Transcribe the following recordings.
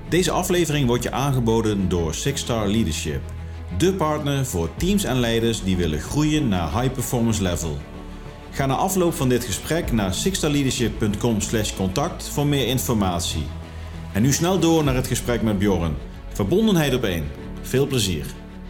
Deze aflevering wordt je aangeboden door Six Star Leadership. De partner voor teams en leiders die willen groeien naar high performance level. Ga na afloop van dit gesprek naar sixstarleadership.com/contact voor meer informatie. En nu snel door naar het gesprek met Bjorn. Verbondenheid op één. Veel plezier.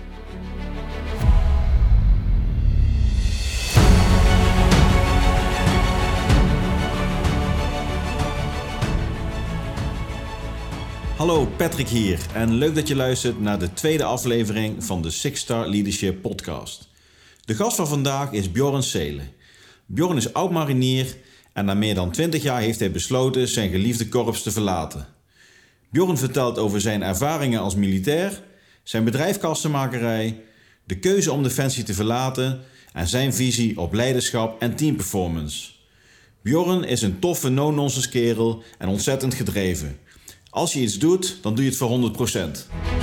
Hallo, Patrick hier en leuk dat je luistert naar de tweede aflevering van de Six Star Leadership podcast. De gast van vandaag is Bjorn Seelen. Bjorn is oud-marinier en na meer dan 20 jaar heeft hij besloten zijn geliefde korps te verlaten. Bjorn vertelt over zijn ervaringen als militair, zijn bedrijf Kastenmakerij, de keuze om Defensie te verlaten en zijn visie op leiderschap en teamperformance. Bjorn is een toffe no-nonsense kerel en ontzettend gedreven. Als je iets doet, dan doe je het voor 100%.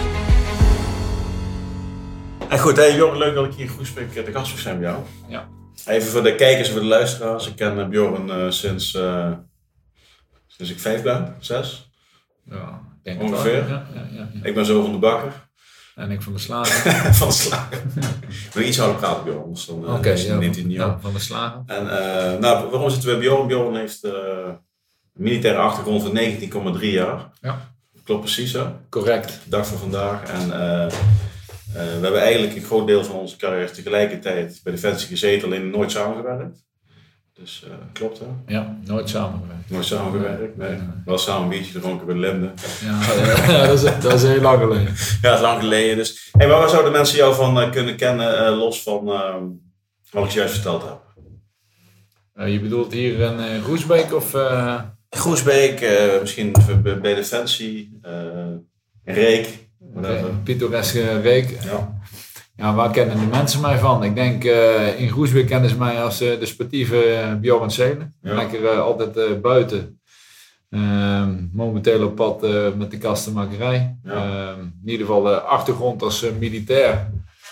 En goed, hey Bjorn, leuk dat ik hier in Groesbeek de gast mag zijn bij jou. Ja. Even voor de kijkers en voor de luisteraars. Ik ken Bjorn sinds ik 5 ben, 6. Ja, ik denk ongeveer. Ja. Ik ben zo van de bakker. En ik van de slager. Van de slager. Ik wil iets harder praten, Bjorn, anders dan neemt hij niet op. Van de slager. En waarom zitten we bij Bjorn? Bjorn heeft een militaire achtergrond van 19,3 jaar. Ja. Klopt precies, hè? Correct. Dag van vandaag. En we hebben eigenlijk een groot deel van onze carrière tegelijkertijd bij Defensie gezeten, alleen nooit samengewerkt. Dus klopt, hè? Ja, nooit samengewerkt. Nooit samengewerkt, nee. Wel samen een biertje gedronken bij Linde. Ja, dat is heel lang geleden. Ja, dat is lang geleden. Dus. Hey, maar waar zouden mensen jou van kunnen kennen, los van wat ik juist verteld heb? Je bedoelt hier in Groesbeek of... Groesbeek, misschien bij Defensie, Reek. Pittoreske Reek. Ja, waar kennen de mensen mij van? Ik denk in Groesbeek kennen ze mij als de sportieve Bjorn Seelen. Ja. Lekker altijd buiten. Momenteel op pad met de Kastenmakerij. Ja. In ieder geval de achtergrond als militair.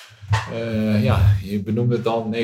Je benoemde het al,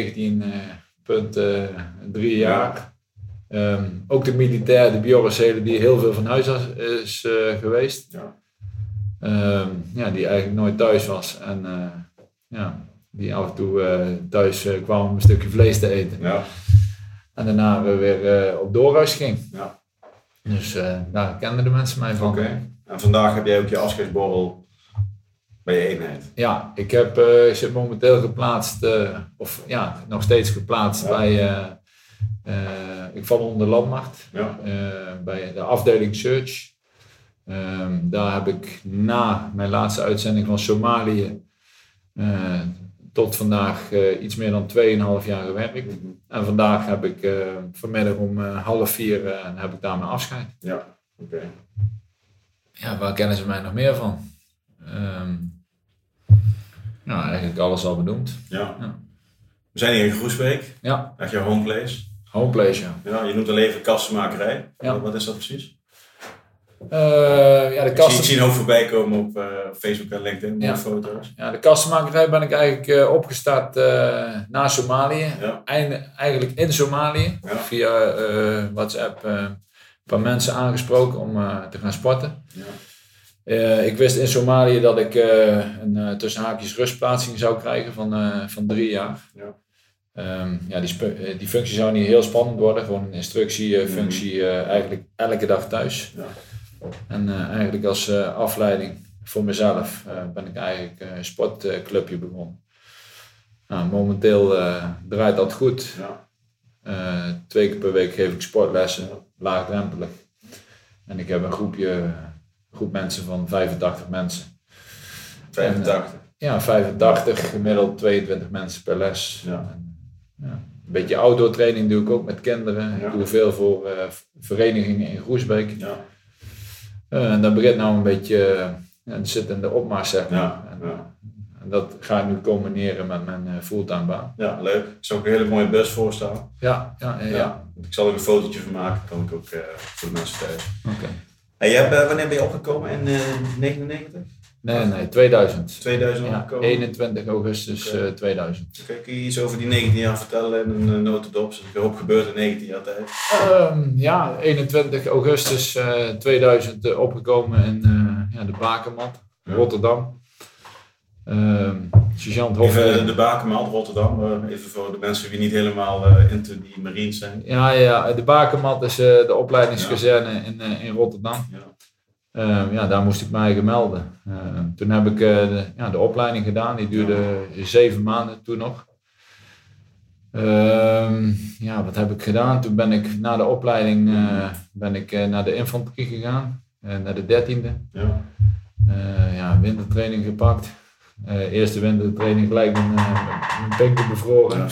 19,3 jaar. Ook de militair, de Bjorn Seelen, die heel veel van huis is geweest. Ja. Die eigenlijk nooit thuis was. En die af en toe thuis kwam om een stukje vlees te eten. Ja. En daarna weer op doorreis ging. Ja. Dus daar kenden de mensen mij van. Okay. En vandaag heb jij ook je afscheidsborrel bij je eenheid. Ja, ik zit momenteel geplaatst, nog steeds geplaatst bij... ik val onder landmacht, bij de afdeling Search. Daar heb ik na mijn laatste uitzending van Somalië tot vandaag iets meer dan 2,5 jaar gewerkt. En vandaag heb ik vanmiddag om 3:30 heb ik daar mijn afscheid. Ja, oké. Ja, waar kennen ze mij nog meer van? Eigenlijk alles al benoemd. Ja. We zijn hier in Groesbeek. Ja. Echt jouw homeplace. Homeplace, ja. Ja, je noemt al even Kastenmakerij. Ja. Wat is dat precies? Ik zie een hoop voorbij komen op Facebook en LinkedIn, mooie foto's. Ja, de Kastenmakerij ben ik eigenlijk opgestart na Somalië. Ja. Eigenlijk in Somalië. Ja. Via WhatsApp een paar mensen aangesproken om te gaan sporten. Ja. Ik wist in Somalië dat ik een tussen haakjes rustplaatsing zou krijgen van 3 jaar. Ja. Die functie zou niet heel spannend worden. Gewoon een instructiefunctie eigenlijk elke dag thuis. Ja. En eigenlijk als afleiding voor mezelf ben ik eigenlijk een sportclubje begonnen. Momenteel draait dat goed. Ja. 2 keer per week geef ik sportlessen, laagdrempelig. En ik heb een groep mensen van 85 mensen. 85? En, 85, gemiddeld 22 mensen per les. Ja. Een beetje outdoor training doe ik ook met kinderen. Ja. Ik doe veel voor verenigingen in Groesbeek. Ja. En dat begint nou een beetje, het zit in de opmars, zeg maar. Ja. En dat ga ik nu combineren met mijn fulltime baan. Ja, leuk. Ik zou ook een hele mooie bus voorstaan. Ja. Ik zal er een fotootje van maken, kan ik ook voor de mensen thuis. Okay. En wanneer ben je opgekomen? In 99? Nee, 2000. 2000 ja, opgekomen? 21 augustus 2000. Okay, kun je iets over die 19 jaar vertellen in een notendop? Er is een hoop gebeurd in 19 jaar tijd. 21 augustus 2000 opgekomen in de Bakermat, Rotterdam. Sergeant Hof. Even de Bakermat, Rotterdam, even voor de mensen die niet helemaal into die marines zijn. Ja, de Bakermat is de opleidingskazerne in Rotterdam. Daar moest ik mij melden. Toen heb ik de opleiding gedaan, die duurde 7 maanden toen nog. Wat heb ik gedaan? Toen ben ik na de opleiding naar de infanterie gegaan, naar de 13e. Wintertraining gepakt. Eerste wintertraining gelijk mijn pinken bevroren.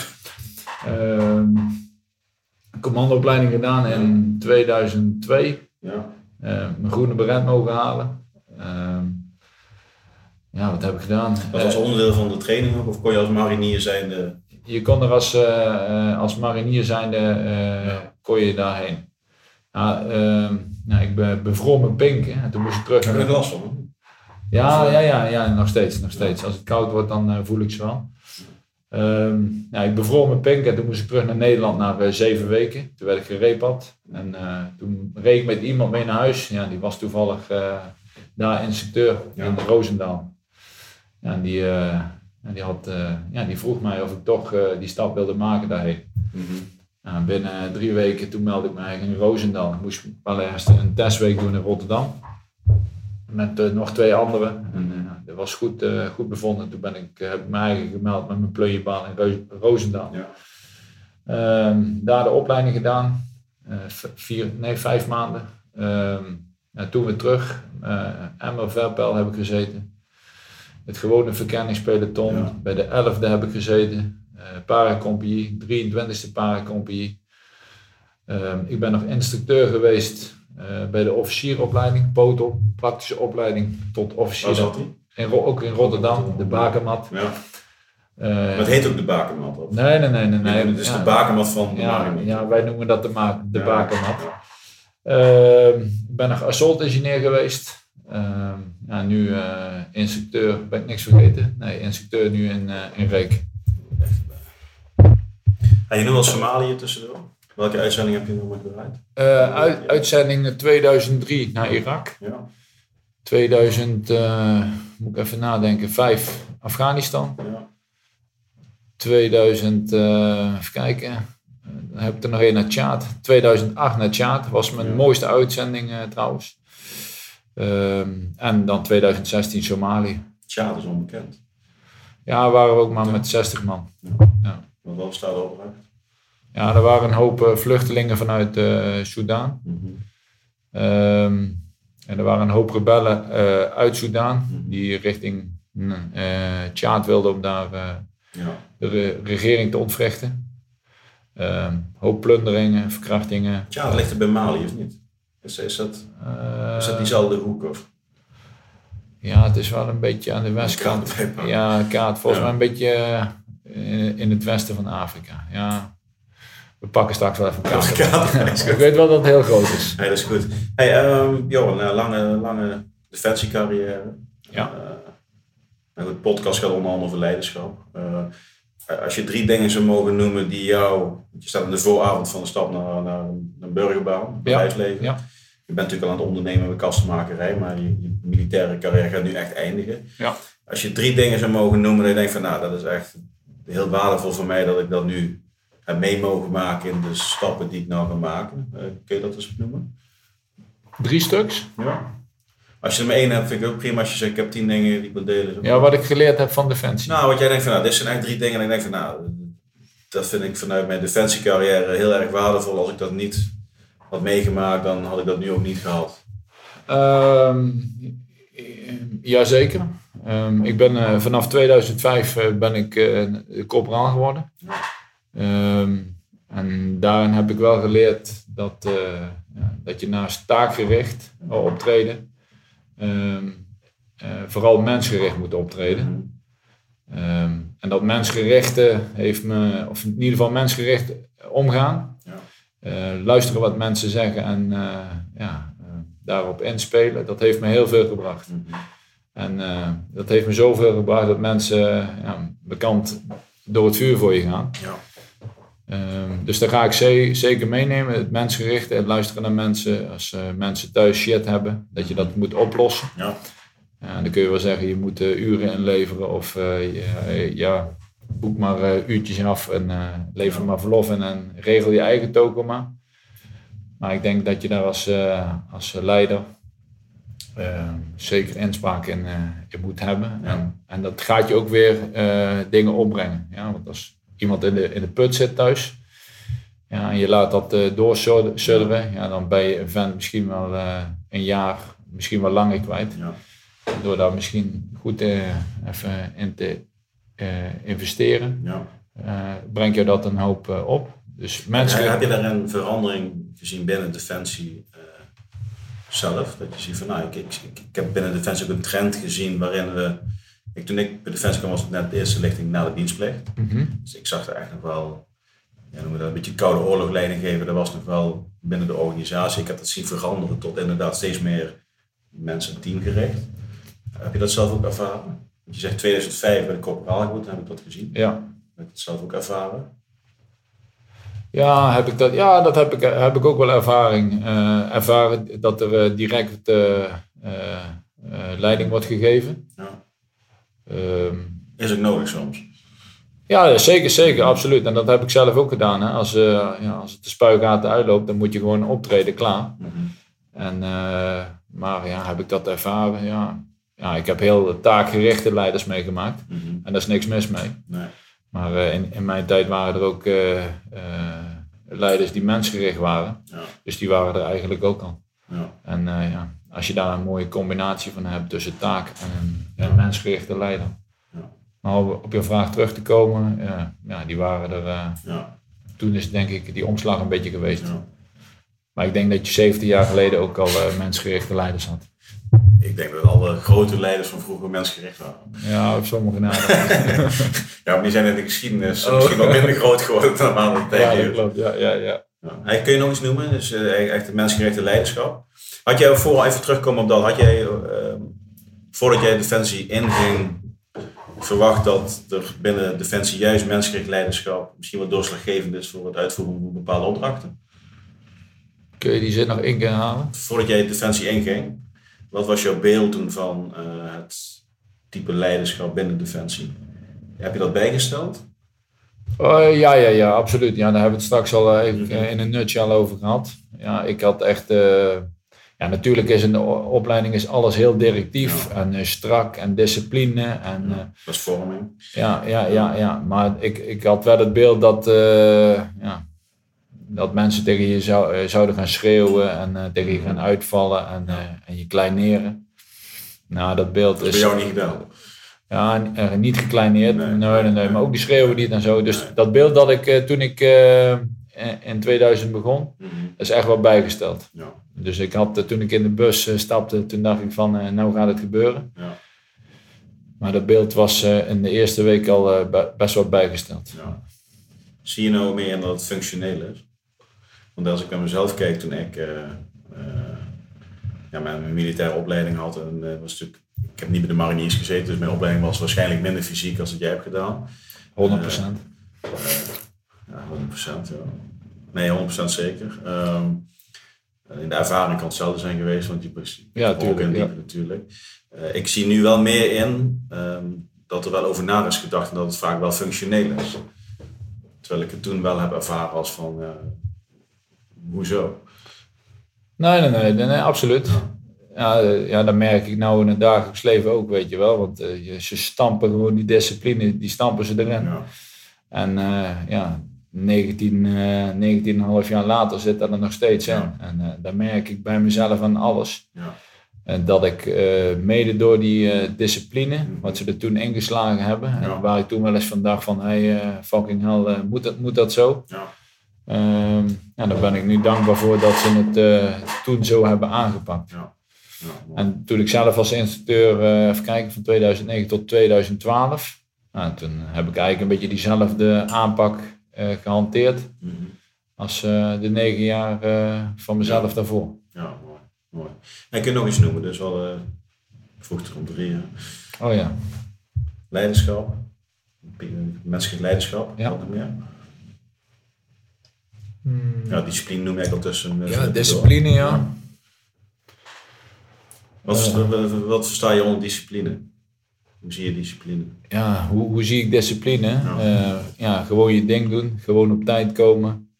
Commandoopleiding gedaan in 2002. Mijn groene beret mogen halen. Wat heb ik gedaan? Dat was onderdeel van de training ook, of kon je als marinier zijnde? Je kon er als marinier zijnde kon je daarheen. Ik bevroor mijn pinken en toen moest ik terug. Heb je er last van? Ja, nog steeds. Als het koud wordt, dan voel ik ze wel. Ik bevroor mijn pink en toen moest ik terug naar Nederland na 7 weken. Toen werd ik gerepad. En toen reed ik met iemand mee naar huis. Ja, die was toevallig daar instructeur in Roosendaal. Ja, en die vroeg mij of ik toch die stap wilde maken daarheen. Binnen 3 weken toen meldde ik me in Roosendaal. Ik moest wel eerst een testweek doen in Rotterdam. Met nog 2 anderen. En dat was goed bevonden. Toen heb ik me eigen gemeld met mijn plunjebaan in Roosendaal. Daar de opleiding gedaan. 5 maanden. Toen weer terug. Emmer Verpel heb ik gezeten. Het gewone verkenningspeloton. Bij de 11e heb ik gezeten. Paracompagnie. 23e paracompagnie. Ik ben nog instructeur geweest. Bij de officieropleiding, POTO, praktische opleiding tot officier. Waar zat die? Ook in Rotterdam, de Bakermat. Maar het heet ook de Bakermat? Of? Nee. Het is de Bakermat van de marine. Ja, wij noemen dat de Bakermat. Ik ben nog assault-ingenieur geweest. Nu instructeur, ben ik niks vergeten. Nee, instructeur nu in Reek. Je noemt wel Somalië tussendoor. Welke uitzending heb je nog maar gedraaid? Uitzending 2003 naar Irak. 2000, moet ik even nadenken, 5 Afghanistan. 2000, even kijken, dan heb ik er nog één naar Tjaad. 2008 naar Tjaad, was mijn mooiste uitzending trouwens. En dan 2016 Somalië. Tjaad is onbekend. Ja, waren we ook maar met 60 man. Wat staat er op? Ja, er waren een hoop vluchtelingen vanuit Soedan. En er waren een hoop rebellen uit Soedan die richting Tjaad wilden om daar de regering te ontwrichten. Hoop plunderingen, verkrachtingen. Tjaad ligt er bij Mali of niet? Is dat diezelfde hoek? Of? Ja, het is wel een beetje aan de westkant. Ja, kaart volgens mij een beetje in het westen van Afrika. Ja. We pakken straks wel even een kaart. Ik weet wel dat het heel groot is. Nee, dat is goed. Johan, lange defensiecarrière. De podcast gaat onder andere over leiderschap. Als je 3 dingen zou mogen noemen die jou... Je staat in de vooravond van de stap naar een burgerbaan, bedrijfsleven. Ja. Je bent natuurlijk al aan het ondernemen met kastenmakerij, maar je militaire carrière gaat nu echt eindigen. Ja. Als je 3 dingen zou mogen noemen, dan denk je van dat is echt heel waardevol voor mij dat ik dat nu mee mogen maken in de stappen die ik nou ga maken. Kun je dat eens noemen? 3 stuks? Ja. Als je er maar 1 hebt, vind ik ook prima als je zegt ik heb 10 dingen die ik wil delen. Ja, wat ik geleerd heb van Defensie. Nou, wat jij denkt van dit zijn echt 3 dingen en ik denk van dat vind ik vanuit mijn defensiecarrière heel erg waardevol. Als ik dat niet had meegemaakt, dan had ik dat nu ook niet gehad. Jazeker. Ik ben vanaf 2005 ben ik corporaal geworden. En daarin heb ik wel geleerd dat je naast taakgericht optreden, vooral mensgericht moet optreden. En dat mensgerichte heeft me, of in ieder geval mensgericht omgaan. Luisteren wat mensen zeggen en daarop inspelen, dat heeft me heel veel gebracht. En dat heeft me zoveel gebracht dat mensen bekend door het vuur voor je gaan. Dus daar ga ik zeker meenemen, het mensgerichte, het luisteren naar mensen. Als mensen thuis shit hebben, dat je dat moet oplossen. En dan kun je wel zeggen, je moet uren inleveren of boek maar uurtjes af en lever maar verlof in en regel je eigen toko maar. Maar ik denk dat je daar als leider zeker inspraak in moet hebben. En dat gaat je ook weer dingen opbrengen. Ja? Want als iemand in de put zit thuis, ja, en je laat dat doorsudderen, ja, dan ben je een vent misschien wel een jaar, misschien wel langer kwijt. Ja. Door daar misschien goed even in te investeren, brengt je dat een hoop op. Dus mensen... Heb je daar een verandering gezien binnen Defensie zelf? Dat je ziet van, nou, ik heb binnen Defensie ook een trend gezien waarin toen ik bij Defensie kwam was het net de eerste lichting na de dienstplicht. Mm-hmm. Dus ik zag er echt nog wel, noemen we dat een beetje koude oorlog leiding geven. Dat was nog wel binnen de organisatie. Ik heb dat zien veranderen tot inderdaad steeds meer mensen teamgericht. Heb je dat zelf ook ervaren? Want je zegt 2005 bij de corporaal goed, heb ik dat gezien. Ja. Heb je dat zelf ook ervaren? Ja, heb ik dat? Ja, dat heb ik ook wel ervaren dat er direct leiding wordt gegeven. Ja. Is ook nodig soms. Ja, zeker, absoluut. En dat heb ik zelf ook gedaan. Hè. Als het de spuigaten uitloopt, dan moet je gewoon optreden, klaar. Mm-hmm. Maar heb ik dat ervaren? Ja, ik heb heel taakgerichte leiders meegemaakt. Mm-hmm. En daar is niks mis mee. Nee. Maar in mijn tijd waren er ook leiders die mensgericht waren. Ja. Dus die waren er eigenlijk ook al. Ja. En als je daar een mooie combinatie van hebt tussen taak en een mensgerichte leider. Ja. Maar op je vraag terug te komen, die waren er. Toen is denk ik die omslag een beetje geweest. Ja. Maar ik denk dat je 17 jaar geleden ook al mensgerichte leiders had. Ik denk dat alle grote leiders van vroeger mensgericht waren. Ja, op sommige namen. Ja, maar die zijn in de geschiedenis misschien wel minder groot geworden dan aan de tijd. Ja, dat klopt. Ja. Kun je nog iets noemen? Dus echt het mensgerichte leiderschap. Had jij voor even terugkomen op dat, had jij voordat jij Defensie inging verwacht dat er binnen Defensie juist mensgericht leiderschap misschien wat doorslaggevend is voor het uitvoeren van bepaalde opdrachten? Kun je die zin nog één keer halen? Voordat jij Defensie inging, wat was jouw beeld toen van het type leiderschap binnen Defensie? Heb je dat bijgesteld? Ja, absoluut. Ja, daar hebben we het straks al even in een nutshell over gehad. Ja, ik had echt... natuurlijk is in de opleiding is alles heel directief en strak en discipline. En, dat is vorming. Ja. Maar ik had wel het beeld dat mensen tegen je zouden gaan schreeuwen en tegen je gaan uitvallen en je kleineren. Nou, dat beeld is... bij jou niet gedaan? Ja, niet gekleineerd. Nee. Maar ook die schreeuwen niet en zo. Dus dat beeld dat ik toen ik in 2000 begon, is echt wel bijgesteld. Ja. Dus ik had toen ik in de bus stapte, toen dacht ik van nou gaat het gebeuren. Ja. Maar dat beeld was in de eerste week al best wel bijgesteld. Ja. Zie je nou meer dat het functioneel is? Want als ik naar mezelf keek toen ik mijn militaire opleiding had, en was natuurlijk, ik heb niet bij de mariniers gezeten, dus mijn opleiding was waarschijnlijk minder fysiek als dat jij hebt gedaan. 100%. 100%, ja. Nee, 100% zeker. In de ervaring kan hetzelfde zijn geweest, want je ook in diepe natuurlijk. Ik zie nu wel meer in dat er wel over na is gedacht en dat het vaak wel functioneel is. Terwijl ik het toen wel heb ervaren als van, hoezo? Nee, absoluut. Ja, dat merk ik nou in het dagelijks leven ook, weet je wel. Want ze stampen gewoon die discipline, die stampen ze erin. Ja. En 19,5 jaar later zit dat er nog steeds in. En daar merk ik bij mezelf aan alles. Ja. Dat ik mede door die discipline, wat ze er toen ingeslagen hebben, en waar ik toen wel eens van dacht van, fucking hell, moet dat zo? Ja. Daar ben ik nu dankbaar voor dat ze het toen zo hebben aangepakt. Ja. Ja, en toen ik zelf als instructeur, even kijken, van 2009 tot 2012, toen heb ik eigenlijk een beetje diezelfde aanpak gehanteerd als de 9 jaar van mezelf daarvoor. Ja, mooi. En kun je nog iets noemen? Dus wel vroeg om 3 jaar. Oh ja. Leiderschap, menselijk leiderschap, wat nog meer? Ja, discipline noem ik al tussen. Discipline, ja. Wat versta je onder discipline? Hoe zie je discipline? Ja, hoe zie ik discipline? Gewoon je ding doen, gewoon op tijd komen.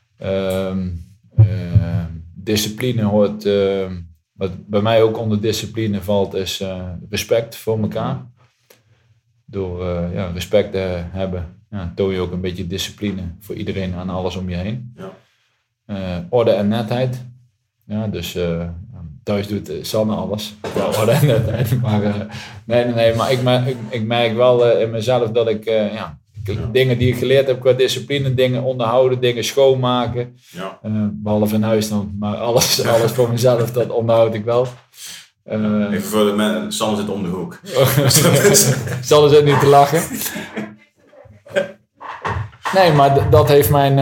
Discipline hoort, wat bij mij ook onder discipline valt, is respect voor elkaar. Door respect te hebben, toon je ook een beetje discipline voor iedereen en alles om je heen. Ja. Orde en netheid. Ja, dus thuis doet Sanne alles. Ja, orde en netheid. Maar, nee, maar ik merk wel in mezelf dat ik dingen die ik geleerd heb qua discipline, dingen onderhouden, dingen schoonmaken. Ja. Behalve in huis dan, maar alles voor mezelf, dat onderhoud ik wel. Even voor de mensen, Sanne zit om de hoek. Sanne zit nu te lachen. Nee, maar dat heeft mijn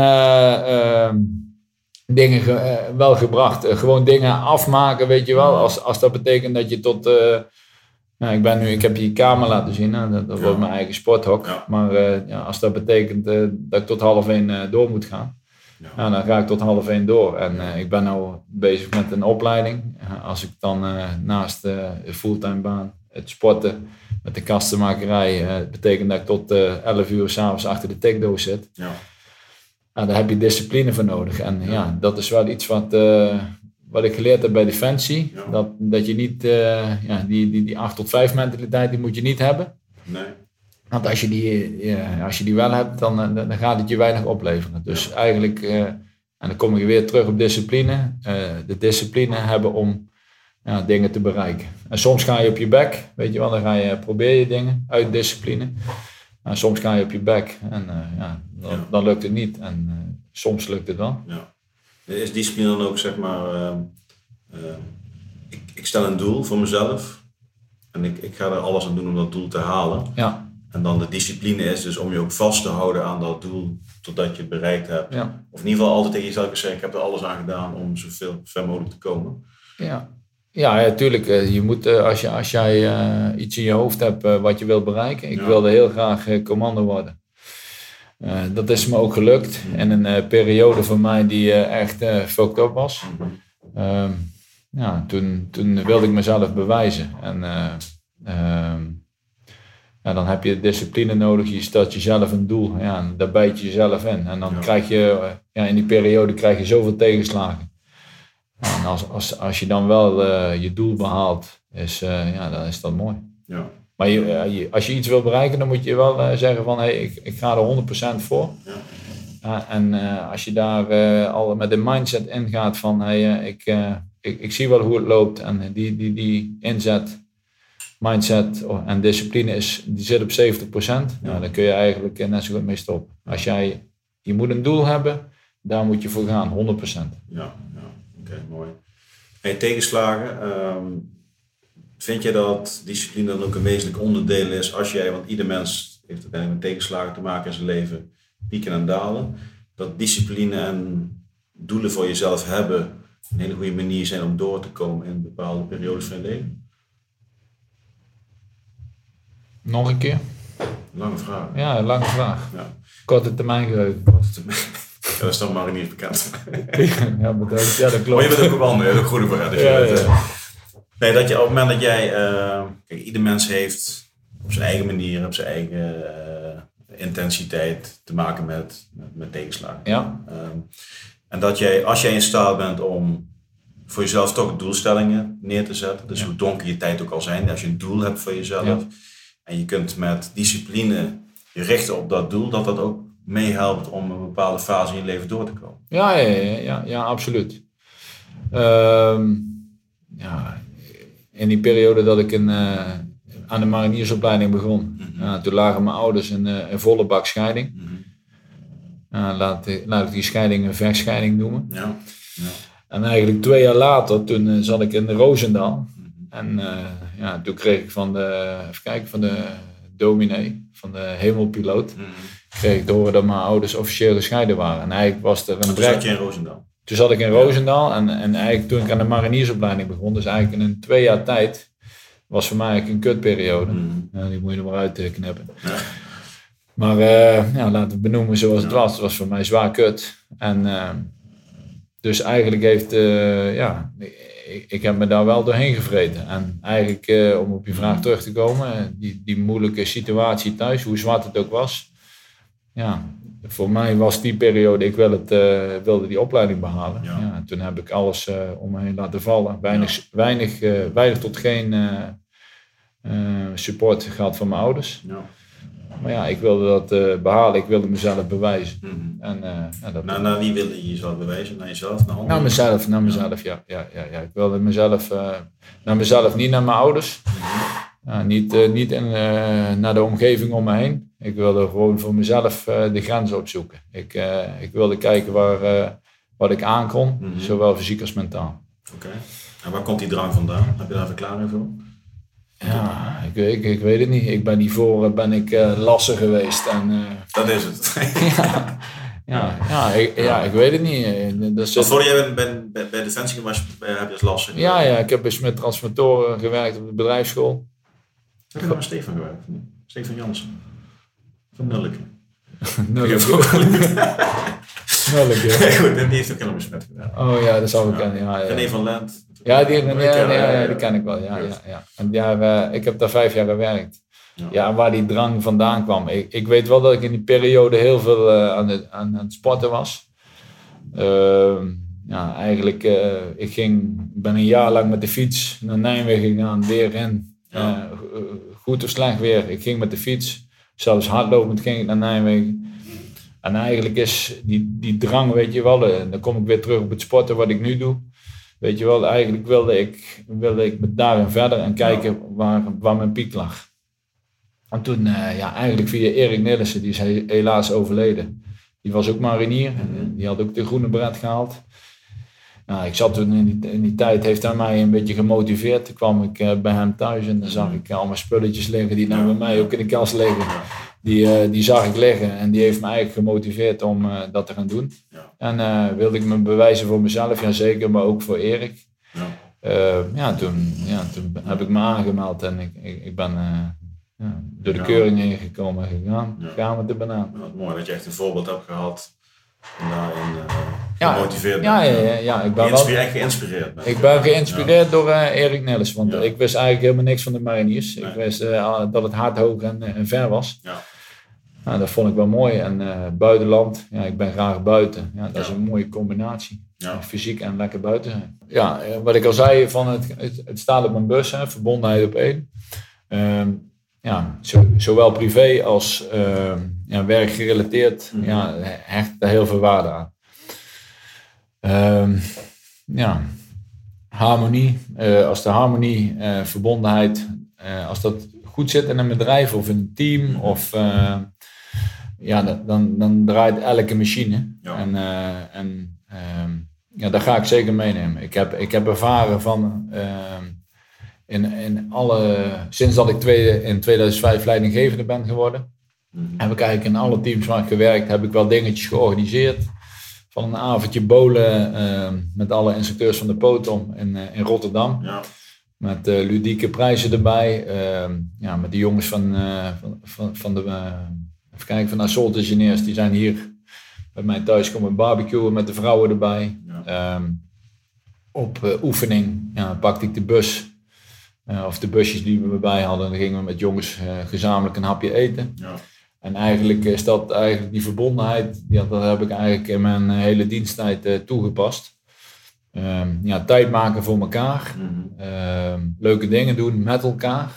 dingen wel gebracht. Gewoon dingen afmaken, weet je wel. Als dat betekent dat je tot... ik heb die kamer laten zien. Dat wordt mijn eigen sporthok. Ja. Maar als dat betekent dat ik tot 12:30 door moet gaan. Ja. Dan ga ik tot 12:30 door. En ik ben nu bezig met een opleiding. Als ik dan naast de fulltime baan, het sporten, met de kastenmakerij, betekent dat ik tot 11 uur 's avonds achter de techdoos zit. Ja. Daar heb je discipline voor nodig. En dat is wel iets wat ik geleerd heb bij Defensie. Ja. Dat je niet, die 8 tot 5 mentaliteit, die moet je niet hebben. Nee. Want als je die wel hebt, dan gaat het je weinig opleveren. Dus eigenlijk, en dan kom ik weer terug op discipline. De discipline hebben om dingen te bereiken. En soms ga je op je bek, weet je wel, dan probeer je dingen uit discipline. En soms ga je op je bek en dan lukt het niet. En soms lukt het wel. Ja. Is discipline dan ook, zeg maar, ik stel een doel voor mezelf. En ik ga er alles aan doen om dat doel te halen. Ja. En dan de discipline is dus om je ook vast te houden aan dat doel totdat je het bereikt hebt. Ja. Of in ieder geval altijd tegen jezelf zeggen, ik heb er alles aan gedaan om zo ver mogelijk te komen. Ja, tuurlijk. Je moet, als jij iets in je hoofd hebt wat je wilt bereiken. Ik wilde heel graag commando worden. Dat is me ook gelukt. In een periode voor mij die echt fucked up was. Toen wilde ik mezelf bewijzen. En dan heb je discipline nodig. Je stelt jezelf een doel. Ja, en daar bijt je jezelf in. En dan krijg je, in die periode krijg je zoveel tegenslagen. En als je dan wel je doel behaalt, dan is dat mooi. Ja. Maar als je iets wil bereiken, dan moet je wel zeggen van, ik ga er 100% voor. Ja. En als je daar al met een mindset ingaat van, ik zie wel hoe het loopt. En die inzet, mindset en discipline die zit op 70%. Ja, dan kun je eigenlijk net zo goed mee stoppen. Als je moet een doel hebben, daar moet je voor gaan, 100%. Ja. Oké, mooi. En tegenslagen, vind je dat discipline dan ook een wezenlijk onderdeel is want ieder mens heeft uiteindelijk met tegenslagen te maken in zijn leven, pieken en dalen, dat discipline en doelen voor jezelf hebben een hele goede manier zijn om door te komen in bepaalde periodes van je leven? Nog een keer? Lange vraag. Ja, een lange vraag. Ja. Korte termijn geheugen. Ja, dat is dan maar niet bekend. Ja, dat klopt. Maar je bent ook wel een goede voor. Dus nee, dat je op het moment dat jij... kijk, ieder mens heeft op zijn eigen manier, op zijn eigen intensiteit te maken met tegenslagen. Ja. En dat jij, als jij in staat bent om voor jezelf toch doelstellingen neer te zetten, dus hoe donker je tijd ook al zijn, als je een doel hebt voor jezelf en je kunt met discipline je richten op dat doel, dat ook meehelpt om een bepaalde fase in je leven door te komen. Ja, absoluut. In die periode dat ik aan de mariniersopleiding begon, toen lagen mijn ouders een volle bak scheiding. Laat ik die scheiding een vechtscheiding noemen. Ja. En eigenlijk 2 jaar later, toen zat ik in Roosendaal. En toen kreeg ik van de dominee, van de hemelpiloot, kreeg ik te horen dat mijn ouders officieel gescheiden waren. En eigenlijk was er een Toen zat je in Roosendaal? Toen zat ik in Roosendaal en eigenlijk toen ik aan de mariniersopleiding begon, dus eigenlijk in een 2 jaar tijd, was voor mij eigenlijk een kutperiode. Die moet je er maar uitknippen. Ja. Maar laten we benoemen zoals het was. Het was voor mij zwaar kut. En dus eigenlijk heeft ik heb me daar wel doorheen gevreten. En eigenlijk, om op je vraag terug te komen, die moeilijke situatie thuis, hoe zwart het ook was. Ja, voor mij was die periode, ik wilde die opleiding behalen. Ja. Ja, toen heb ik alles om me heen laten vallen. Weinig tot geen support gehad van mijn ouders. Ja. Maar ja, ik wilde dat behalen, ik wilde mezelf bewijzen. Mm-hmm. En, naar wie wilde je jezelf bewijzen? Naar jezelf? Naar anderen? Naar mezelf, ja. Ik wilde mezelf, naar mezelf, niet naar mijn ouders. Mm-hmm. Niet naar de omgeving om me heen. Ik wilde gewoon voor mezelf de grenzen opzoeken. Ik wilde kijken wat ik aan kon, Mm-hmm. zowel fysiek als mentaal. Oké. En waar komt die drang vandaan? Heb je daar een verklaring voor? Ja, ik weet het niet. Ik ben hiervoor lasser geweest. En, dat is het. Ik weet het niet. Wat voor jij bij Defensie heb je als lasser? Ja, ik heb eens met transformatoren gewerkt op de bedrijfsschool. Heb je nou met Stefan gewerkt? Stefan Jansen? Van Nulleke? Nulleke. Goed, die heeft ook helemaal besmet gedaan. Oh ja, dat zou ik kennen. Ja. René van Lent. Ja, die ken ik wel. Ja. En ik heb daar 5 jaar gewerkt. Ja, waar die drang vandaan kwam. Ik weet wel dat ik in die periode heel veel aan het sporten was. Ik ben een jaar lang met de fiets naar Nijmegen gegaan, weer in. Goed of slecht weer. Ik ging met de fiets. Zelfs hardlopend ging ik naar Nijmegen. En eigenlijk is die drang, weet je wel, dan kom ik weer terug op het sporten wat ik nu doe. Weet je wel, eigenlijk wilde ik met daarin verder en kijken waar mijn piek lag. En toen, eigenlijk via Erik Nillissen, die is helaas overleden. Die was ook marinier, en die had ook de groene bret gehaald. Nou, ik zat toen in die tijd, heeft hij mij een beetje gemotiveerd. Toen kwam ik bij hem thuis en dan zag ik allemaal spulletjes liggen die nou bij mij ook in de kast liggen. Die zag ik liggen en die heeft me eigenlijk gemotiveerd om dat te gaan doen. Ja. En wilde ik me bewijzen voor mezelf, ja zeker, maar ook voor Erik. Ja. Toen heb ik me aangemeld en ik ben door de keuring heen gekomen en gegaan. Gaan we de banaan. Ja, wat mooi dat je echt een voorbeeld hebt gehad en daarin gemotiveerd bent. Ja, ik ben echt geïnspireerd. Ik ben geïnspireerd door Erik Nillissen, want ik wist eigenlijk helemaal niks van de mariniers. Nee. Ik wist dat het hard, hoog en ver was. Ja. Nou, dat vond ik wel mooi. En buitenland, ik ben graag buiten. Ja, dat is een mooie combinatie. Ja. Fysiek en lekker buiten zijn. Ja, wat ik al zei, van het staat op mijn bus, verbondenheid op 1. Zowel privé als werkgerelateerd hecht daar heel veel waarde aan. Harmonie. Als de harmonie, verbondenheid, als dat goed zit in een bedrijf of in een team, of, dan draait elke machine. Ja. Daar ga ik zeker meenemen. Ik heb ervaren van sinds dat ik in 2005 leidinggevende ben geworden, heb ik eigenlijk in alle teams waar ik gewerkt, heb ik wel dingetjes georganiseerd. Van een avondje bowlen met alle instructeurs van de POTOM in Rotterdam. Ja. Met ludieke prijzen erbij. Met de jongens van de Assault Engineers, die zijn hier bij mij thuis komen barbecuen met de vrouwen erbij. Ja. Op oefening pakte ik de bus. Of de busjes die we erbij hadden. Dan gingen we met jongens gezamenlijk een hapje eten. Ja. En eigenlijk is dat die verbondenheid, dat heb ik eigenlijk in mijn hele diensttijd toegepast. Tijd maken voor elkaar. Leuke dingen doen met elkaar.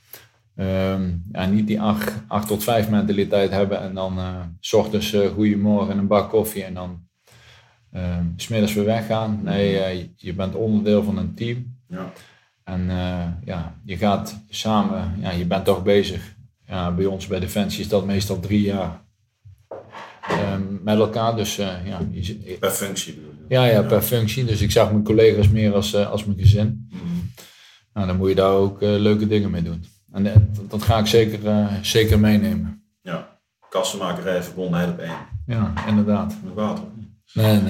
Niet die 8 tot 5 mentaliteit hebben en dan 's ochtends goeiemorgen en een bak koffie en dan 's middags weer weggaan. Nee, je bent onderdeel van een team. Ja. En je gaat samen, je bent toch bezig. Ja, bij ons bij Defensie is dat meestal 3 jaar met elkaar. Dus, per functie bedoel je? Ja, per functie. Dus ik zag mijn collega's meer als mijn gezin. Nou, dan moet je daar ook leuke dingen mee doen. En dat ga ik zeker meenemen. Ja, kassenmakerij, verbondenheid op 1. Ja, inderdaad. Met water? Nee.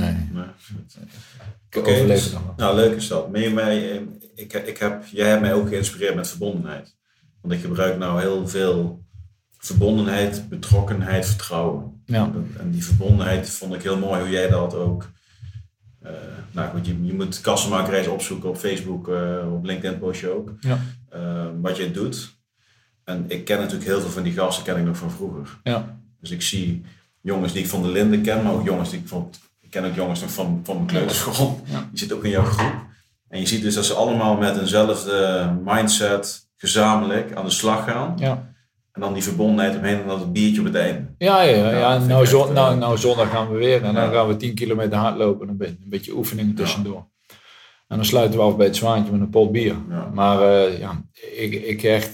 Oké, dus, leuk is dat. Jij hebt mij ook geïnspireerd met verbondenheid. Want ik gebruik nou heel veel verbondenheid, betrokkenheid, vertrouwen. Ja. En die verbondenheid vond ik heel mooi hoe jij dat ook Nou goed, je moet kassenmakerij opzoeken op Facebook, op LinkedIn post je ook. Ja. Wat je doet. En ik ken natuurlijk heel veel van die gasten, ken ik nog van vroeger. Ja. Dus ik zie jongens die ik van de Linden ken, maar ook jongens die ik ken ook jongens nog van mijn kleuterschool. Ja. Die zitten ook in jouw groep. En je ziet dus dat ze allemaal met eenzelfde mindset gezamenlijk aan de slag gaan. Ja. En dan die verbondenheid omheen en dat het biertje op het einde. Nou, zondag gaan we weer. En dan gaan we 10 kilometer hardlopen. Een beetje oefeningen tussendoor. En dan sluiten we af bij het Zwaantje met een pot bier. Ja. Maar ik echt...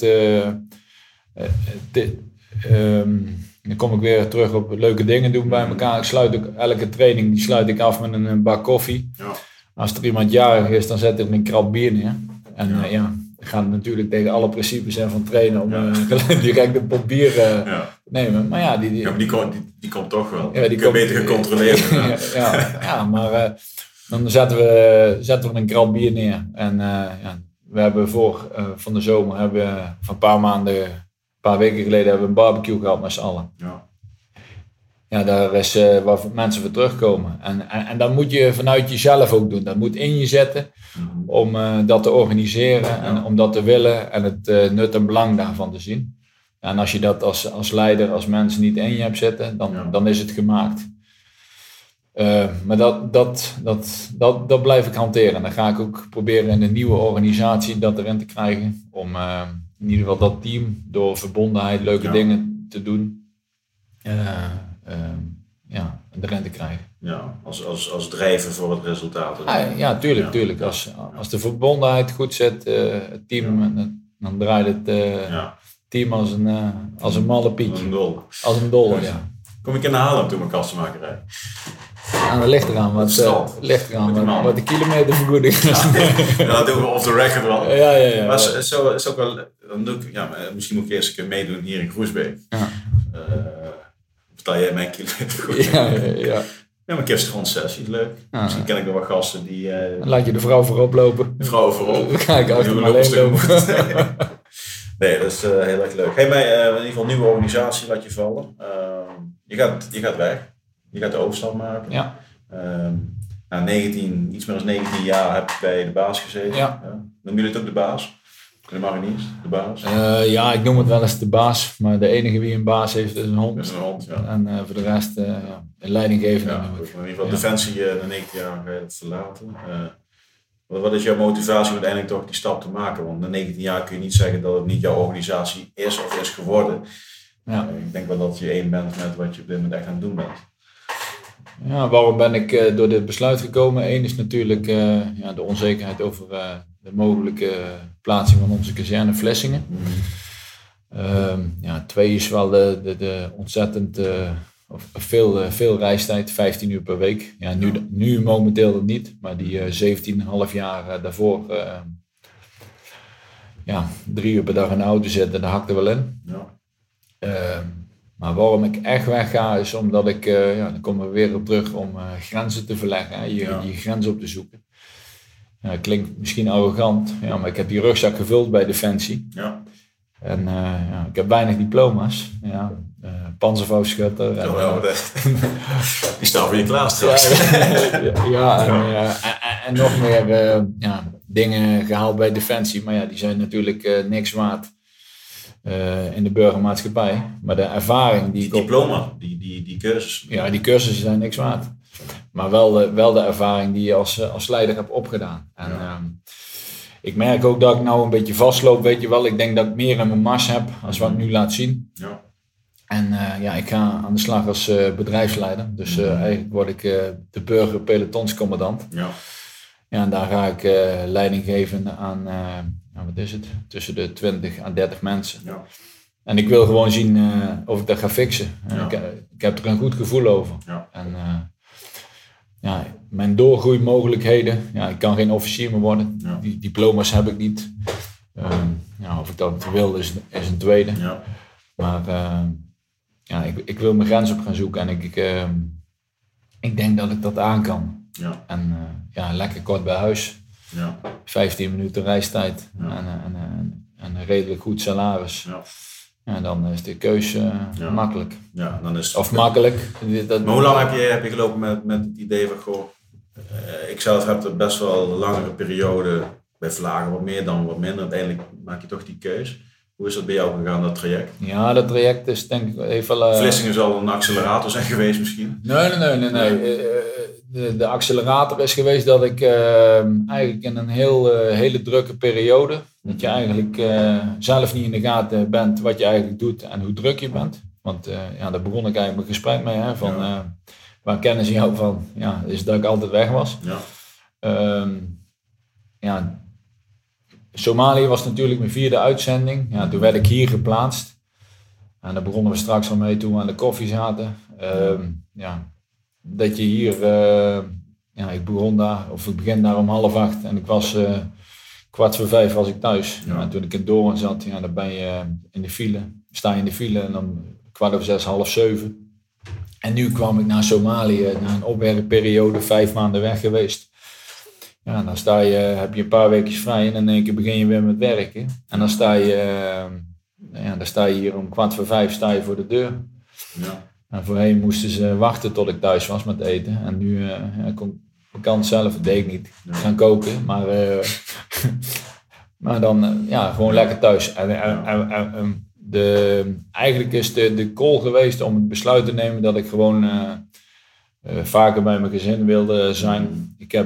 dan kom ik weer terug op leuke dingen doen bij elkaar. Ik sluit ook elke training sluit ik af met een bak koffie. Ja. Als er iemand jarig is, dan zet ik een krat bier neer. En ik ga natuurlijk tegen alle principes van trainen om direct een pot bier te nemen. Maar ja, die komt toch wel. Ja, die komt beter gecontroleerd. Maar dan zetten we een krat bier neer. En we hebben van de zomer, van een paar weken geleden, hebben we een barbecue gehad met z'n allen. Ja, daar is waar mensen voor terugkomen. En dat moet je vanuit jezelf ook doen. Dat moet in je zetten om dat te organiseren en om dat te willen en het nut en belang daarvan te zien. En als je dat als leider, als mens niet in je hebt zitten, dan is het gemaakt. Maar dat blijf ik hanteren. Dan ga ik ook proberen in de nieuwe organisatie dat erin te krijgen. Om in ieder geval dat team door verbondenheid leuke dingen te doen. Erin te krijgen. Ja, als drijven voor het resultaat. Tuurlijk. Als de verbondenheid goed zit, het team, dan draait het team als een malle pietje. Als een dolle, ja. Kom ik in Haarlem toen mijn kassenmakerij? Ja, dat ligt eraan wat de kilometervergoeding is. Dat doen we off the record wel. Ja. Maar is ook wel, dan doe ik, misschien moet ik eerst een keer meedoen hier in Groesbeek. Ja. Betaal jij mijn kilometervergoeding? Ja. Ja, maar kerstgrondssessie is leuk. Ja. Misschien ken ik nog wat gasten die... Dan laat je de vrouw voorop lopen. De vrouw voorop. Dan ga ik achter me alleen lopen. Nee, dat is heel erg leuk. Hey, in ieder geval een nieuwe organisatie laat je vallen. Je gaat weg. Je gaat de overstap maken. Ja. Na iets meer dan 19 jaar heb je bij de baas gezeten. Ja. Noem jullie het ook de baas? De mariniers, de baas? Ik noem het wel eens de baas. Maar de enige wie een baas heeft is een hond. Dat is een hond, ja. En voor de rest een leidinggevende. Ja, in ieder geval Defensie na 19 jaar ga je het verlaten. Wat is jouw motivatie om uiteindelijk toch die stap te maken? Want na 19 jaar kun je niet zeggen dat het niet jouw organisatie is of is geworden. Ja. Ik denk wel dat je één bent met wat je op dit moment echt aan het doen bent. Ja, waarom ben ik door dit besluit gekomen? Eén is natuurlijk de onzekerheid over de mogelijke plaatsing van onze kazerne Vlissingen. Twee is wel de ontzettend veel reistijd, 15 uur per week. Ja, nu momenteel niet, maar die 17,5 jaar daarvoor 3 uur per dag in de auto zitten, daar hakt er wel in. Ja. Maar waarom ik echt wegga is omdat ik, dan komen we weer op terug om grenzen te verleggen, je grens op te zoeken. Klinkt misschien arrogant, maar ik heb die rugzak gevuld bij Defensie. Ja. En ik heb weinig diploma's. Panzervouwschutter. Die staan voor je klaar straks. En nog meer dingen gehaald bij Defensie. Maar die zijn natuurlijk niks waard in de burgermaatschappij. Maar de ervaring die... Diploma, die cursus. Ja, die cursussen zijn niks waard. Maar wel de ervaring die je als leider hebt opgedaan. En ik merk ook dat ik nou een beetje vastloop, weet je wel. Ik denk dat ik meer in mijn mars heb als wat ik nu laat zien. Ja. En ik ga aan de slag als bedrijfsleider. Dus eigenlijk word ik de burger pelotonscommandant. Ja. Ja, en daar ga ik leiding geven aan, wat is het? Tussen de 20 en 30 mensen. Ja. En ik wil gewoon zien of ik dat ga fixen. Ja. Ik heb er een goed gevoel over. Ja. En mijn doorgroeimogelijkheden. Ik kan geen officier meer worden. Ja. Die diploma's heb ik niet. Of ik dat wil is een tweede. Ja. Maar ik wil mijn grens op gaan zoeken. En ik denk dat ik dat aan kan. Ja. En lekker kort bij huis. Ja. 15 minuten reistijd. Ja. En een redelijk goed salaris. Ja. Ja, dan is de keuze makkelijk. Ja, dan is of makkelijk. Maar hoe lang heb je gelopen met het idee van, ik zelf heb er best wel een langere periode bij Vlagen, wat meer dan wat minder. Uiteindelijk maak je toch die keus. Hoe is dat bij jou gegaan, dat traject? Ja, dat traject is denk ik even... Vlissingen zal een accelerator zijn geweest misschien? Nee. De accelerator is geweest dat ik eigenlijk in een hele drukke periode, dat je eigenlijk zelf niet in de gaten bent wat je eigenlijk doet en hoe druk je bent. Want daar begon ik eigenlijk mijn gesprek mee, hè, van waar kennen ze jou van? Ja, is dat ik altijd weg was. Ja. Somalië was natuurlijk mijn 4e uitzending. Ja, toen werd ik hier geplaatst. En daar begonnen we straks al mee toen we aan de koffie zaten. Dat je hier, ik begin daar om 7:30 en ik was 4:45 was ik thuis. Ja. En toen ik in Doorn zat, dan ben je in de file, sta je in de file en dan 6:45, 6:30. En nu kwam ik naar Somalië, na een opwerkperiode, 5 maanden weg geweest. Ja, dan heb je een paar weken vrij en in één keer begin je weer met werken. En dan sta je hier om 4:45 sta je voor de deur. Ja. En voorheen moesten ze wachten tot ik thuis was met eten. En nu ik kan het zelf, dat deed ik niet, gaan koken. Maar, maar dan gewoon lekker thuis. Eigenlijk is de call geweest om het besluit te nemen dat ik gewoon vaker bij mijn gezin wilde zijn. Ik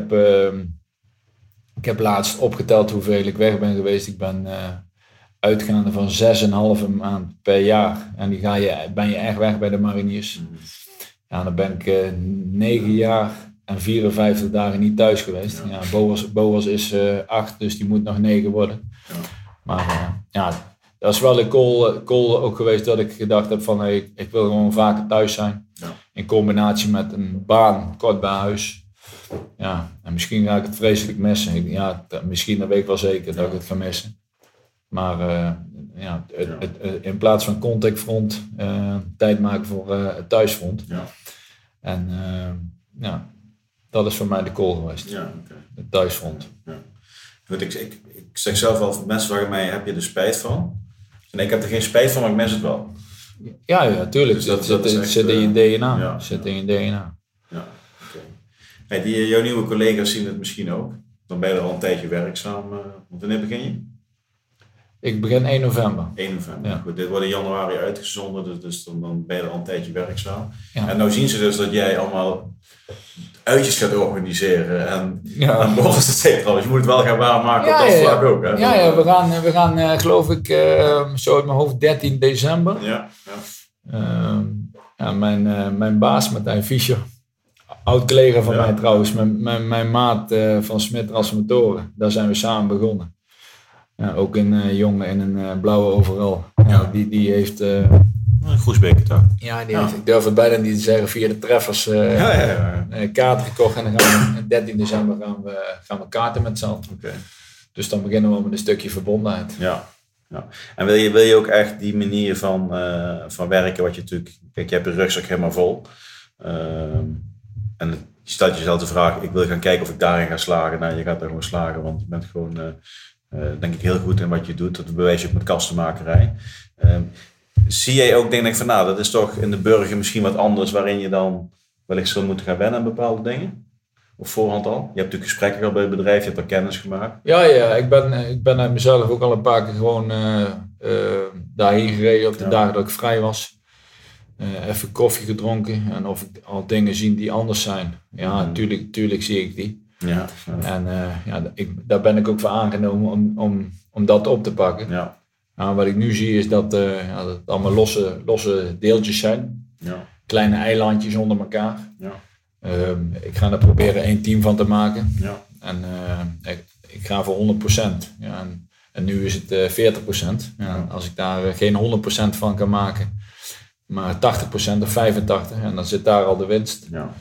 heb laatst opgeteld hoeveel ik weg ben geweest. Ik ben uitgaande van 6,5 maand per jaar. En ben je echt weg bij de mariniers. Ja, dan ben ik 9 jaar en 54 dagen niet thuis geweest. Ja, Boas is 8, dus die moet nog 9 worden. Ja. Maar dat is wel een call ook geweest dat ik gedacht heb van ik wil gewoon vaker thuis zijn. Ja. In combinatie met een baan kort bij huis. Ja, en misschien ga ik het vreselijk missen. Misschien, dat weet ik wel zeker dat ik het ga missen. Maar in plaats van contactfront, tijd maken voor het thuisfront. Ja. En dat is voor mij de call geweest. Ja, okay. Het thuisfront. Ja. Goed, ik zeg zelf wel, mensen vragen mij, heb je er spijt van? En ik heb er geen spijt van, maar ik mis het wel. Ja, tuurlijk. Dus dat zit in je DNA. Ja. Zit in je DNA. Ja, okay. Hey, jouw nieuwe collega's zien het misschien ook. Dan ben je er al een tijdje werkzaam. Wanneer begin je? Ik begin 1 november. 1 november. Ja. Goed, dit wordt in januari uitgezonden, dus dan ben je er al een tijdje werkzaam. Ja. En nou zien ze dus dat jij allemaal uitjes gaat organiseren en borrels et cetera. Dus je moet het wel gaan waarmaken op dat vlak ook. Hè? Ja, we gaan geloof ik zo uit mijn hoofd 13 december. Mijn baas, Martijn Fischer, oud collega van mij trouwens, mijn maat van Smit Transformatoren, daar zijn we samen begonnen. Ja, ook een jongen in een blauwe overal. Ja, die heeft... Goesbeek toch? Ja, ik durf het bijna niet te zeggen, via de treffers kaarten gekocht. En dan gaan we 13 december gaan we kaarten met z'n allen. Okay. Dus dan beginnen we met een stukje verbondenheid. Ja. En wil je ook echt die manier van werken, wat je natuurlijk... Kijk, je hebt de rugzak helemaal vol. En je stelt jezelf de vraag, ik wil gaan kijken of ik daarin ga slagen. Nou, je gaat daar gewoon slagen, want je bent gewoon... denk ik heel goed in wat je doet. Dat bewijs je ook met kastenmakerij. Zie jij ook, denk ik van dat is toch in de burger misschien wat anders, waarin je dan wellicht zou moeten gaan wennen aan bepaalde dingen? Of voorhand al? Je hebt natuurlijk gesprekken gehad bij het bedrijf, je hebt er kennis gemaakt. Ja, ik ben uit mezelf ook al een paar keer gewoon daarheen gereden op de dagen dat ik vrij was. Even koffie gedronken en of ik al dingen zie die anders zijn. Ja, tuurlijk zie ik die. Ja. En daar ben ik ook voor aangenomen om dat op te pakken. Ja. Nou, wat ik nu zie is dat het allemaal losse deeltjes zijn. Ja. Kleine eilandjes onder elkaar. Ja. Ik ga er proberen 1 team van te maken. Ja. En ik ga voor 100%. Ja, en nu is het 40%. Ja, als ik daar geen 100% van kan maken, maar 80% of 85%, en dan zit daar al de winst. Ja.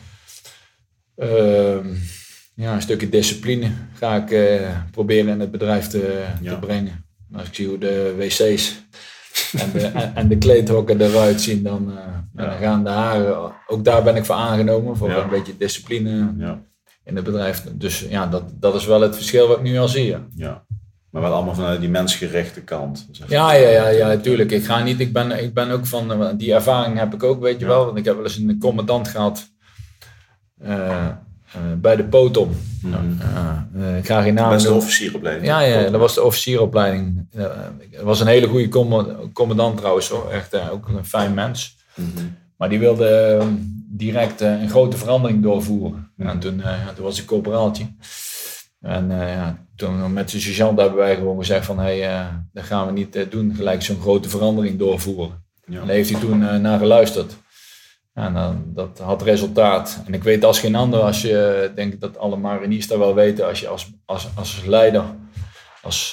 Een stukje discipline ga ik proberen in het bedrijf te brengen. Als ik zie hoe de wc's en de kleedhokken eruit zien, dan gaan de haren... Ook daar ben ik voor aangenomen, voor een beetje discipline in het bedrijf. Dus dat is wel het verschil wat ik nu al zie. Ja. Maar wel allemaal vanuit die mensgerichte kant. Ja, tuurlijk. Ik ben ook van... Die ervaring heb ik ook, weet je wel. Want ik heb wel eens een commandant gehad... bij de Potom. Ik ga geen naam. Dat is de officieropleiding. Ja, dat was de officieropleiding. Het was een hele goede commandant trouwens hoor. Echt ook een fijn mens. Maar die wilde direct een grote verandering doorvoeren. En toen was ik corporaaltje. En toen met de sergeant hebben wij gewoon gezegd van dat gaan we niet doen. Gelijk zo'n grote verandering doorvoeren. Ja. En daar heeft hij toen naar geluisterd. En dat had resultaat. En ik weet als geen ander, als je denkt dat alle mariniers dat wel weten, als je als leider, als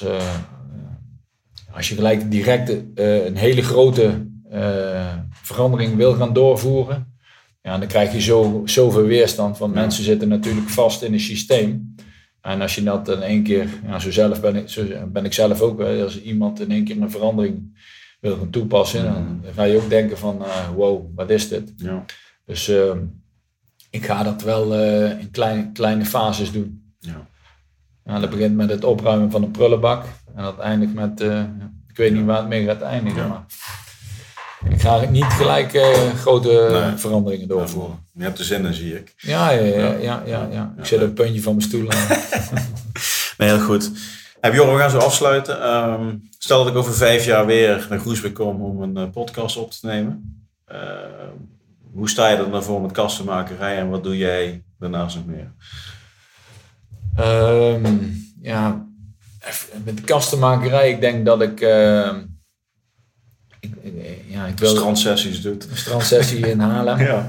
je gelijk direct een hele grote verandering wil gaan doorvoeren, dan krijg je zoveel weerstand. Want mensen zitten natuurlijk vast in een systeem. En als je dat in één keer, zo ben ik zelf ook, als iemand in één keer een verandering wil gaan toepassen, dan ga je ook denken van wow, wat is dit? Ja. Dus ik ga dat wel in kleine fases doen. Ja. Dat begint met het opruimen van een prullenbak en dat eindigt met, ik weet niet waar het mee gaat eindigen, maar ik ga niet gelijk grote veranderingen doorvoeren. Je hebt de zin in, zie ik. Ja. Ik zit op het puntje van mijn stoel. Nee, heel goed. Bjorn, we gaan zo afsluiten. Stel dat ik over 5 jaar weer naar Groesbeek kom om een podcast op te nemen. Hoe sta je er dan voor met kastenmakerij en wat doe jij daarnaast nog meer? Met de kastenmakerij, ik denk dat ik wil strandsessies doet. Een strandsessie in Haarlem.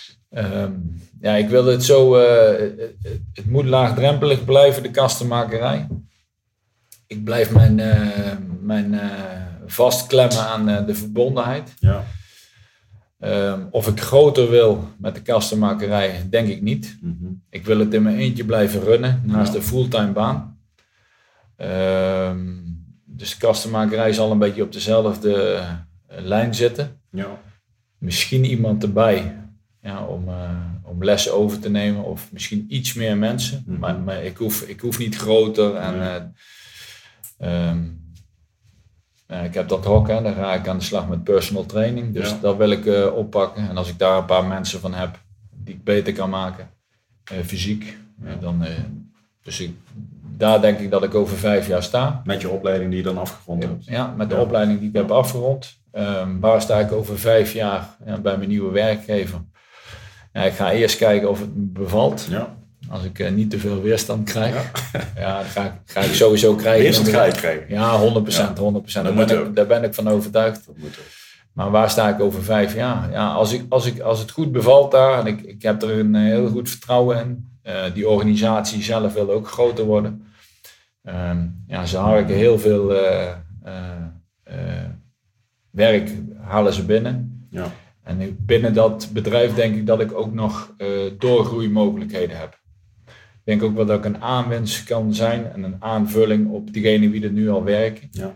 Ik wil het zo, het moet laagdrempelig blijven, de kastenmakerij. Ik blijf mijn vastklemmen aan de verbondenheid. Ja. Of ik groter wil met de kastenmakerij, denk ik niet. Ik wil het in mijn eentje blijven runnen, naast de fulltime baan. Dus de kastenmakerij zal een beetje op dezelfde lijn zitten. Ja. Misschien iemand erbij om lessen over te nemen of misschien iets meer mensen. Maar ik hoef niet groter. En ik heb dat hok, daar ga ik aan de slag met personal training. Dus dat wil ik oppakken. En als ik daar een paar mensen van heb die ik beter kan maken, fysiek, dan... daar denk ik dat ik over 5 jaar sta. Met je opleiding die je dan afgerond hebt? Ja, met de opleiding die ik heb afgerond. Waar sta ik over 5 jaar bij mijn nieuwe werkgever? Ik ga eerst kijken of het me bevalt. Ja. Als ik niet te veel weerstand krijg, dan ga ik sowieso krijgen. Weerstand ga je krijgen? Ja, 100%. Daar ben ik van overtuigd. Dat moet ook. Maar waar sta ik over 5 jaar? Ja, als het goed bevalt daar, en ik heb er een heel goed vertrouwen in. Die organisatie zelf wil ook groter worden. Ze harken heel veel werk, halen ze binnen. Ja. En binnen dat bedrijf denk ik dat ik ook nog doorgroeimogelijkheden heb. Ik denk ook wel dat ik een aanwinst kan zijn en een aanvulling op diegenen die er nu al werken. Ja.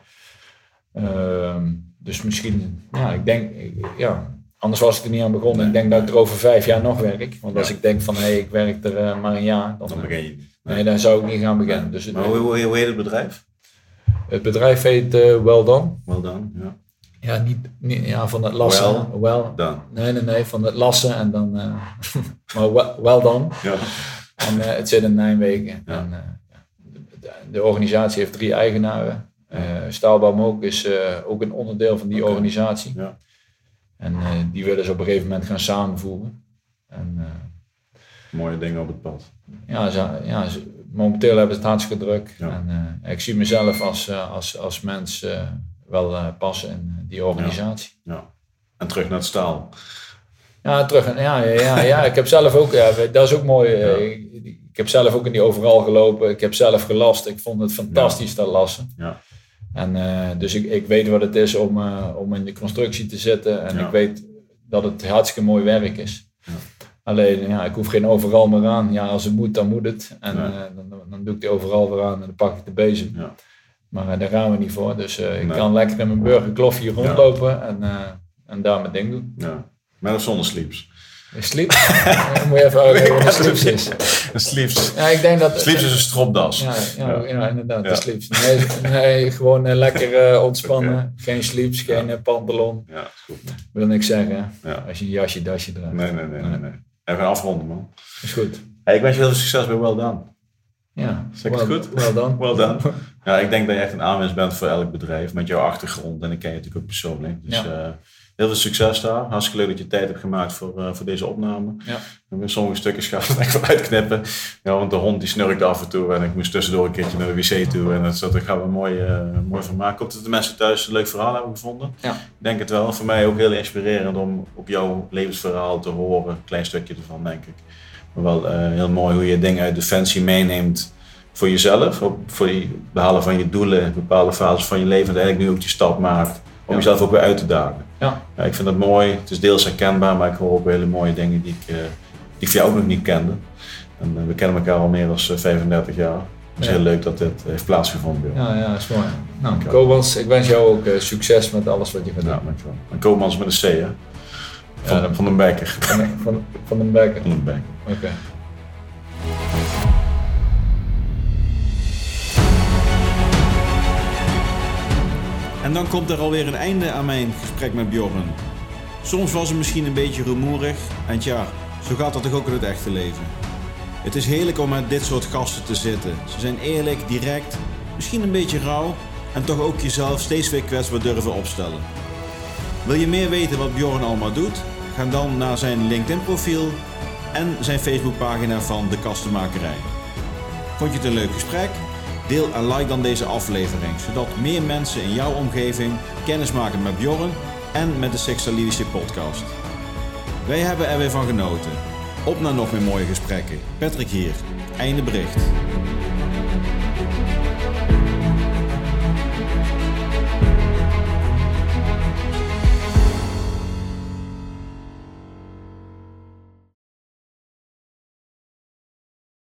Dus misschien, ik denk, anders was ik er niet aan begonnen. Nee. Ik denk dat ik er over 5 jaar nog werk. Want als ik denk van, ik werk er maar een jaar. Dan begin je niet. Nee, dan zou ik niet gaan beginnen. Dus maar hoe heet het bedrijf? Het bedrijf heet Well Done. Well Done, ja. Ja, niet van het lassen. Well done. Nee, van het lassen en dan... maar well done. Ja. En het zit in Nijmegen. Ja. En, de organisatie heeft 3 eigenaren. Staalbouw is ook een onderdeel van die organisatie. Ja. En die willen ze op een gegeven moment gaan samenvoegen. En, mooie dingen op het pad. Momenteel hebben ze het hartstikke druk. Ja. En ik zie mezelf als mens wel passen in die organisatie. Ja. En terug naar het staal. Ja, terug. Ja. Ik heb zelf ook, dat is ook mooi. Ik heb zelf ook in die overal gelopen. Ik heb zelf gelast. Ik vond het fantastisch dat lassen. Ja. En dus ik weet wat het is om in de constructie te zitten. En ik weet dat het hartstikke mooi werk is. Ja. Alleen, ik hoef geen overal meer aan. Ja, als het moet, dan moet het. En dan doe ik die overal weer aan en dan pak ik de bezem. Ja. Maar daar gaan we niet voor. Dus ik kan lekker in mijn burgerklofje rondlopen en daar mijn ding doen. Ja. Met of zonder sleeps? Sleeps? Dan moet je even uitleggen wat een sleeps is. Een sleeps. Ja, ik denk dat... Sleeps is een stropdas. Ja, inderdaad, de sleeps. Nee, gewoon lekker ontspannen. Okay. Geen sleeps, geen pantalon. Ja, is goed. Wil niks zeggen. Ja. Als je een dasje draagt. Nee. Even afronden, man. Is goed. Hey, ik wens je heel veel succes bij Well Done. Ja, zeg ik het goed? Well done. Well done. Ja, ik denk dat je echt een aanwinst bent voor elk bedrijf met jouw achtergrond. En ik ken je natuurlijk ook persoonlijk. Dus heel veel succes daar. Hartstikke leuk dat je tijd hebt gemaakt voor deze opname. Ja. Sommige stukjes ga ik er echt wel uitknippen. Ja, want de hond die snurkte af en toe. En ik moest tussendoor een keertje naar de wc toe. En daar gaan we mooi van maken. Ik hoop dat de mensen thuis een leuk verhaal hebben gevonden. Ja. Ik denk het wel. Voor mij ook heel inspirerend om op jouw levensverhaal te horen. Een klein stukje ervan, denk ik. Maar wel heel mooi hoe je dingen uit Defensie meeneemt voor jezelf. Voor het behalen van je doelen, bepaalde fases van je leven. En eigenlijk nu ook die stap maakt om jezelf ook weer uit te dagen. Ja. Ja, ik vind dat mooi. Het is deels herkenbaar, maar ik hoor ook hele mooie dingen die ik van jou ook nog niet kende. En we kennen elkaar al meer dan 35 jaar. Het is heel leuk dat dit heeft plaatsgevonden. Ja, dat is mooi. Nou, Koopmans, ik wens jou ook succes met alles wat je gaat doen. Ja, dankjewel. En Koopmans met een C, hè? Van den Bekker. Van den Bekker. Van den Bekker. Oké. En dan komt er alweer een einde aan mijn gesprek met Bjorn. Soms was het misschien een beetje rumoerig. En tja, zo gaat dat toch ook in het echte leven. Het is heerlijk om met dit soort gasten te zitten. Ze zijn eerlijk, direct, misschien een beetje rauw. En toch ook jezelf steeds weer kwetsbaar durven opstellen. Wil je meer weten wat Bjorn allemaal doet? Ga dan naar zijn LinkedIn profiel en zijn Facebookpagina van De Kastenmakerij. Vond je het een leuk gesprek? Deel en like dan deze aflevering, zodat meer mensen in jouw omgeving kennis maken met Bjorn en met de Six Star Leadership Podcast. Wij hebben er weer van genoten. Op naar nog meer mooie gesprekken. Patrick hier. Einde bericht.